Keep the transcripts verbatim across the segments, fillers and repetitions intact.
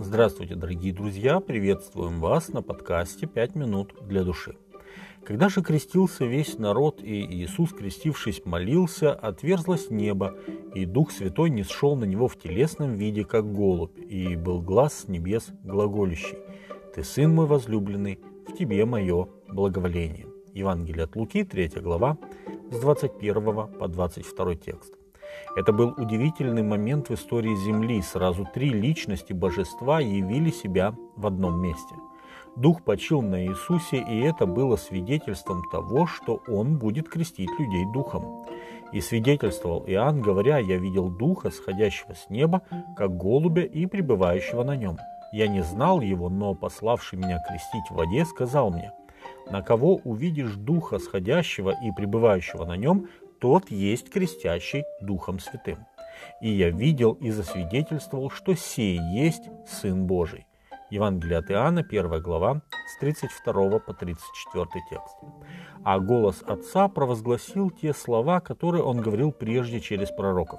Здравствуйте, дорогие друзья! Приветствуем вас на подкасте «пять минут для души». Когда же крестился весь народ, и Иисус, крестившись, молился, отверзлось небо, и Дух Святой нисшел на него в телесном виде, как голубь, и был глас с небес глаголющий: «Ты, Сын мой возлюбленный, в тебе мое благоволение». Евангелие от Луки, третья глава, с двадцать первого по двадцать второй текст. Это был удивительный момент в истории Земли. Сразу три личности божества явили себя в одном месте. Дух почил на Иисусе, и это было свидетельством того, что Он будет крестить людей Духом. И свидетельствовал Иоанн, говоря: «Я видел Духа, сходящего с неба, как голубя, и пребывающего на нем. Я не знал его, но пославший меня крестить в воде сказал мне: на кого увидишь Духа сходящего и пребывающего на нем, тот есть крестящий Духом Святым. И я видел и засвидетельствовал, что сей есть Сын Божий». Евангелие от Иоанна, первая глава, с тридцать второго по тридцать четвёртый текст. А голос Отца провозгласил те слова, которые Он говорил прежде через пророков.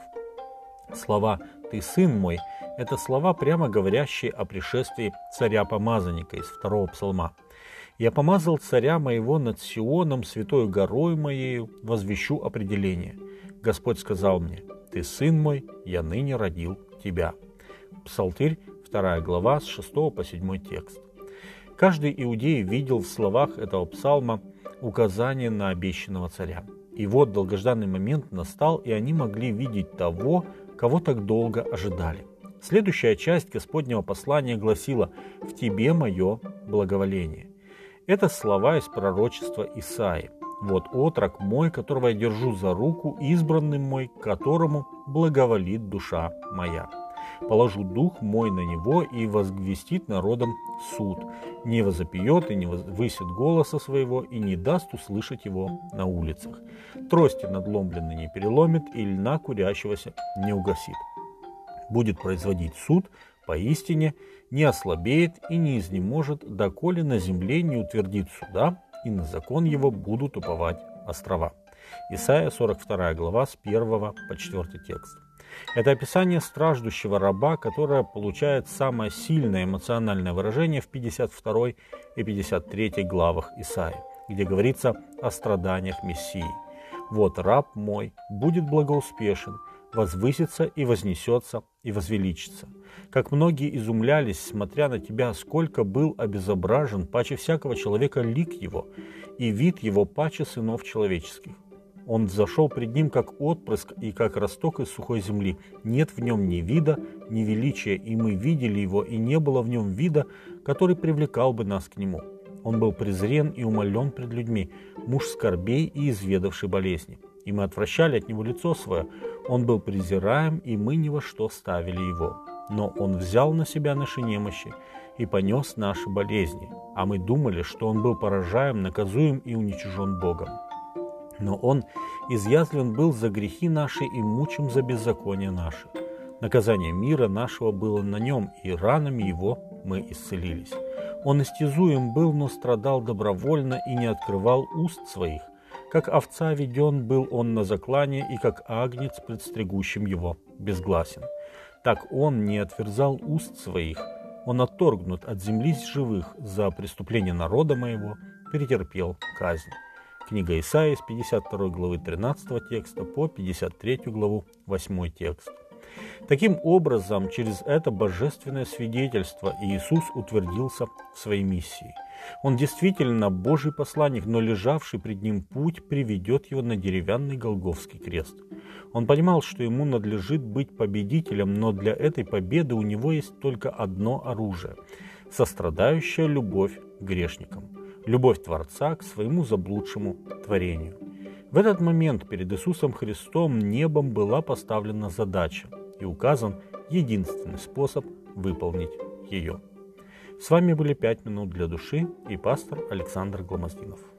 Слова «Ты, Сын мой» – это слова, прямо говорящие о пришествии царя-помазанника из второго псалма. «Я помазал царя моего над Сионом, святой горой моею, возвещу определение. Господь сказал мне: Ты, Сын мой, я ныне родил тебя». Псалтырь, вторая глава, с шестого по седьмой текст. Каждый иудей видел в словах этого псалма указание на обещанного царя. И вот долгожданный момент настал, и они могли видеть того, кого так долго ожидали. Следующая часть Господнего послания гласила: «В тебе мое благоволение». Это слова из пророчества Исаии. «Вот отрок мой, которого я держу за руку, избранный мой, которому благоволит душа моя. Положу дух мой на него, и возвестит народом суд. Не возопьет и не высит голоса своего, и не даст услышать его на улицах. Трости надломленной не переломит, и льна курящегося не угасит. Будет производить суд, поистине не ослабеет и не изнеможет, доколе на земле не утвердит суда, и на закон его будут уповать острова». Исайя, сорок вторая глава, с первого по четвёртый текст. Это описание страждущего раба, которое получает самое сильное эмоциональное выражение в пятьдесят второй и пятьдесят третьей главах Исаии, где говорится о страданиях Мессии. «Вот раб мой будет благоуспешен, возвысится и вознесется и возвеличится. Как многие изумлялись, смотря на тебя, сколько был обезображен паче всякого человека лик его, и вид его паче сынов человеческих. Он взошел пред ним, как отпрыск и как росток из сухой земли. Нет в нем ни вида, ни величия, и мы видели его, и не было в нем вида, который привлекал бы нас к нему. Он был презрен и умолен пред людьми, муж скорбей и изведавший болезни. И мы отвращали от него лицо свое. Он был презираем, и мы ни во что ставили его. Но он взял на себя наши немощи и понес наши болезни. А мы думали, что он был поражаем, наказуем и уничижен Богом. Но он изъязвлен был за грехи наши и мучим за беззаконие наши. Наказание мира нашего было на нем, и ранами его мы исцелились. Он истязуем был, но страдал добровольно и не открывал уст своих. Как овца веден был он на заклание, и как агнец пред стригущим его безгласен. Так он не отверзал уст своих. Он отторгнут от земли живых, за преступление народа моего претерпел казнь». Книга Исаии с пятьдесят второй главы тринадцатого текста по пятьдесят третью главу восьмой текст. Таким образом, через это божественное свидетельство Иисус утвердился в своей миссии. Он действительно Божий посланник, но лежавший пред ним путь приведет его на деревянный Голгофский крест. Он понимал, что ему надлежит быть победителем, но для этой победы у него есть только одно оружие – сострадающая любовь к грешникам. Любовь Творца к своему заблудшему творению. В этот момент перед Иисусом Христом небом была поставлена задача и указан единственный способ выполнить ее. С вами были «пять минут для души» и пастор Александр Гломоздинов.